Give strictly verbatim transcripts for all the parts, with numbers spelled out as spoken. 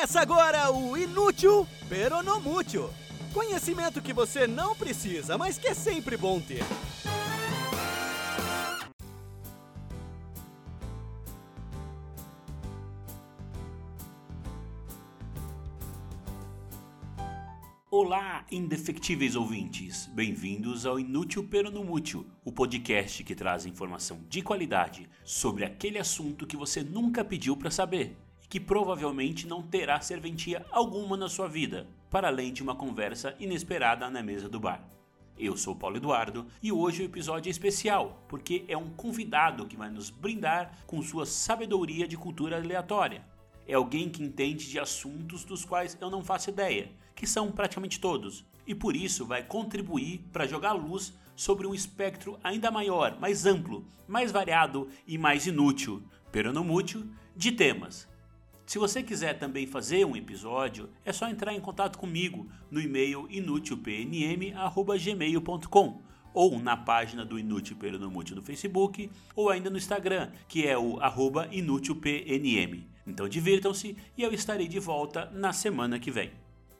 Começa agora o Inútil Peronomútil. Conhecimento que você não precisa, mas que é sempre bom ter. Olá, indefectíveis ouvintes! Bem-vindos ao Inútil Peronomútil, o podcast que traz informação de qualidade sobre aquele assunto que você nunca pediu para saber e que provavelmente não terá serventia alguma na sua vida, para além de uma conversa inesperada na mesa do bar. Eu sou Paulo Eduardo e hoje o episódio é especial, porque é um convidado que vai nos brindar com sua sabedoria de cultura aleatória. É alguém que entende de assuntos dos quais eu não faço ideia, que são praticamente todos, e por isso vai contribuir para jogar luz sobre um espectro ainda maior, mais amplo, mais variado e mais inútil, peronomútil, de temas. Se você quiser também fazer um episódio, é só entrar em contato comigo no e-mail inútil p n m arroba gmail ponto com ou na página do Inútil Peronomútil no Facebook ou ainda no Instagram, que é o arroba inútil p n m. Então divirtam-se e eu estarei de volta na semana que vem.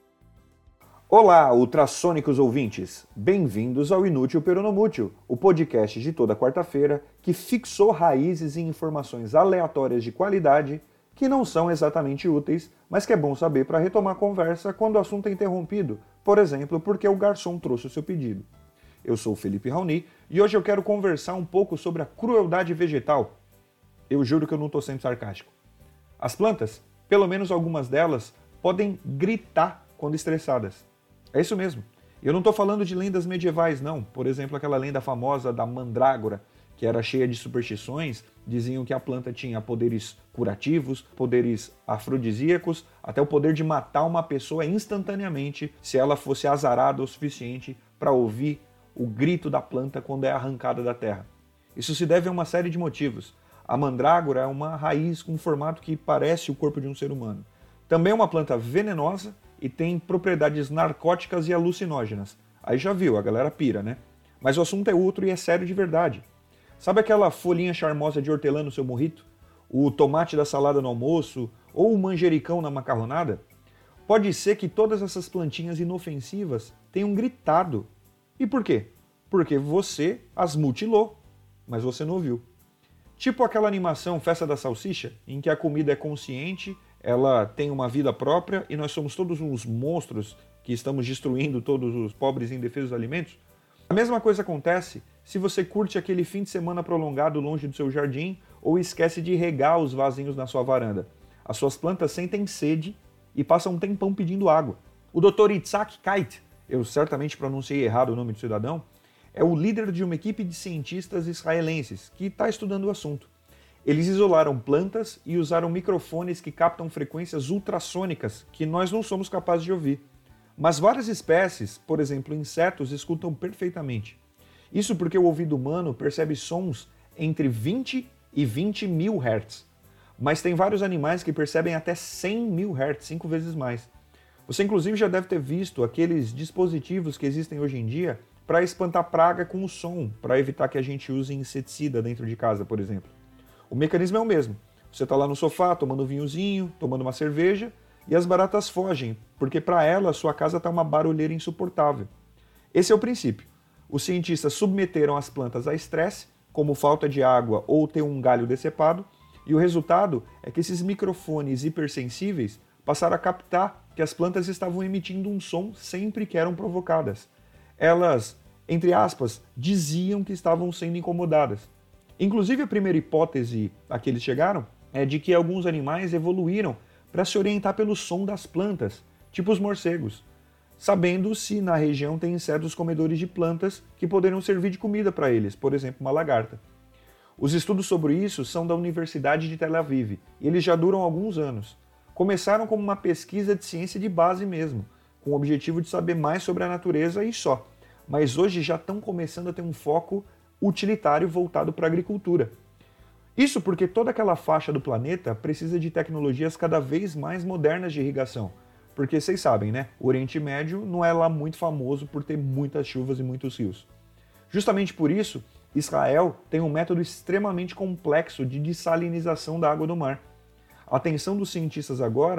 Olá, ultrassônicos ouvintes! Bem-vindos ao Inútil Peronomútil, o podcast de toda quarta-feira que fixou raízes em informações aleatórias de qualidade que não são exatamente úteis, mas que é bom saber para retomar a conversa quando o assunto é interrompido, por exemplo, porque o garçom trouxe o seu pedido. Eu sou o Felipe Raoni e hoje eu quero conversar um pouco sobre a crueldade vegetal. Eu juro que eu não estou sendo sarcástico. As plantas, pelo menos algumas delas, podem gritar quando estressadas. É isso mesmo. Eu não estou falando de lendas medievais, não. Por exemplo, aquela lenda famosa da mandrágora, que era cheia de superstições, diziam que a planta tinha poderes curativos, poderes afrodisíacos, até o poder de matar uma pessoa instantaneamente se ela fosse azarada o suficiente para ouvir o grito da planta quando é arrancada da terra. Isso se deve a uma série de motivos. A mandrágora é uma raiz com um formato que parece o corpo de um ser humano. Também é uma planta venenosa e tem propriedades narcóticas e alucinógenas. Aí já viu, a galera pira, né? Mas o assunto é outro e é sério de verdade. Sabe aquela folhinha charmosa de hortelã no seu mojito? O tomate da salada no almoço? Ou o manjericão na macarronada? Pode ser que todas essas plantinhas inofensivas tenham gritado. E por quê? Porque você as mutilou, mas você não ouviu. Tipo aquela animação Festa da Salsicha, em que a comida é consciente, ela tem uma vida própria e nós somos todos uns monstros que estamos destruindo todos os pobres e indefesos alimentos. A mesma coisa acontece se você curte aquele fim de semana prolongado longe do seu jardim ou esquece de regar os vasinhos na sua varanda. As suas plantas sentem sede e passam um tempão pedindo água. O doutor Itzhak Kait, eu certamente pronunciei errado o nome do cidadão, é o líder de uma equipe de cientistas israelenses que está estudando o assunto. Eles isolaram plantas e usaram microfones que captam frequências ultrassônicas que nós não somos capazes de ouvir. Mas várias espécies, por exemplo insetos, escutam perfeitamente. Isso porque o ouvido humano percebe sons entre vinte e vinte mil hertz. Mas tem vários animais que percebem até cem mil hertz, cinco vezes mais. Você inclusive já deve ter visto aqueles dispositivos que existem hoje em dia para espantar praga com o som, para evitar que a gente use inseticida dentro de casa, por exemplo. O mecanismo é o mesmo. Você está lá no sofá tomando um vinhozinho, tomando uma cerveja, e as baratas fogem, porque para elas sua casa está uma barulheira insuportável. Esse é o princípio. Os cientistas submeteram as plantas a estresse, como falta de água ou ter um galho decepado, e o resultado é que esses microfones hipersensíveis passaram a captar que as plantas estavam emitindo um som sempre que eram provocadas. Elas, entre aspas, diziam que estavam sendo incomodadas. Inclusive a primeira hipótese a que eles chegaram é de que alguns animais evoluíram para se orientar pelo som das plantas, tipo os morcegos, sabendo se na região tem insetos comedores de plantas que poderiam servir de comida para eles, por exemplo, uma lagarta. Os estudos sobre isso são da Universidade de Tel Aviv e eles já duram alguns anos. Começaram como uma pesquisa de ciência de base mesmo, com o objetivo de saber mais sobre a natureza e só. Mas hoje já estão começando a ter um foco utilitário voltado para a agricultura. Isso porque toda aquela faixa do planeta precisa de tecnologias cada vez mais modernas de irrigação. Porque vocês sabem, né? O Oriente Médio não é lá muito famoso por ter muitas chuvas e muitos rios. Justamente por isso, Israel tem um método extremamente complexo de dessalinização da água do mar. A atenção dos cientistas agora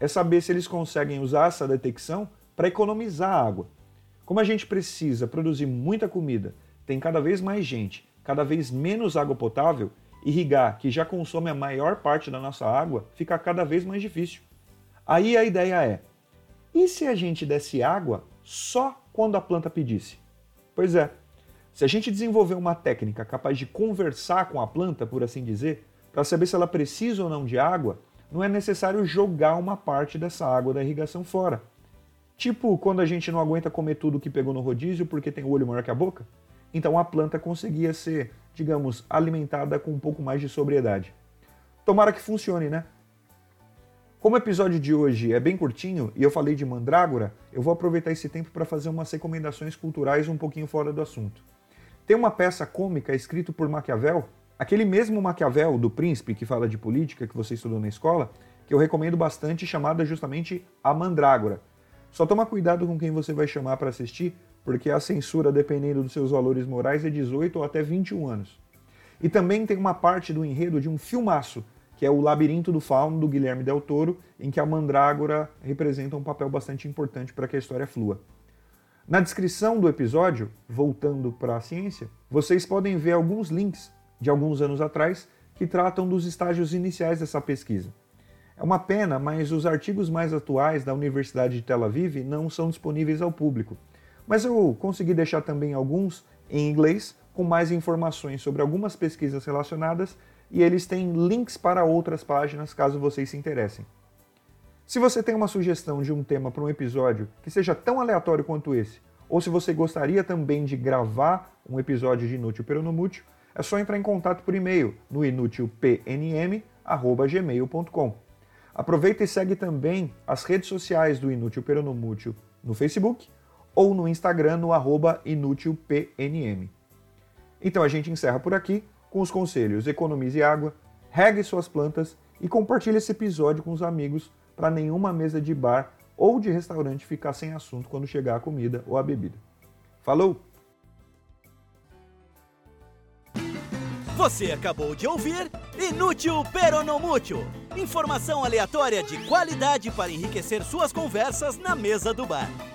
é saber se eles conseguem usar essa detecção para economizar água. Como a gente precisa produzir muita comida, tem cada vez mais gente, cada vez menos água potável, irrigar, que já consome a maior parte da nossa água, fica cada vez mais difícil. Aí a ideia é, e se a gente desse água só quando a planta pedisse? Pois é, se a gente desenvolver uma técnica capaz de conversar com a planta, por assim dizer, para saber se ela precisa ou não de água, não é necessário jogar uma parte dessa água da irrigação fora. Tipo quando a gente não aguenta comer tudo que pegou no rodízio porque tem o olho maior que a boca? Então a planta conseguia ser, digamos, alimentada com um pouco mais de sobriedade. Tomara que funcione, né? Como o episódio de hoje é bem curtinho e eu falei de mandrágora, eu vou aproveitar esse tempo para fazer umas recomendações culturais um pouquinho fora do assunto. Tem uma peça cômica escrita por Maquiavel, aquele mesmo Maquiavel do Príncipe que fala de política que você estudou na escola, que eu recomendo bastante, chamada justamente A Mandrágora. Só toma cuidado com quem você vai chamar para assistir, porque a censura, dependendo dos seus valores morais, é dezoito ou até vinte e um anos. E também tem uma parte do enredo de um filmaço, que é o Labirinto do Fauno, do Guilherme Del Toro, em que a mandrágora representa um papel bastante importante para que a história flua. Na descrição do episódio, voltando para a ciência, vocês podem ver alguns links de alguns anos atrás que tratam dos estágios iniciais dessa pesquisa. É uma pena, mas os artigos mais atuais da Universidade de Tel Aviv não são disponíveis ao público. Mas eu consegui deixar também alguns em inglês com mais informações sobre algumas pesquisas relacionadas e eles têm links para outras páginas caso vocês se interessem. Se você tem uma sugestão de um tema para um episódio que seja tão aleatório quanto esse, ou se você gostaria também de gravar um episódio de Inútil Peronomútil, é só entrar em contato por e-mail no inútil p n m arroba gmail ponto com. Aproveita e segue também as redes sociais do Inútil Peronomútil no Facebook ou no Instagram no arroba inútil p n m. Então a gente encerra por aqui com os conselhos: economize água, regue suas plantas e compartilhe esse episódio com os amigos para nenhuma mesa de bar ou de restaurante ficar sem assunto quando chegar a comida ou a bebida. Falou! Você acabou de ouvir Inútil Peronomútil. Informação aleatória de qualidade para enriquecer suas conversas na mesa do bar.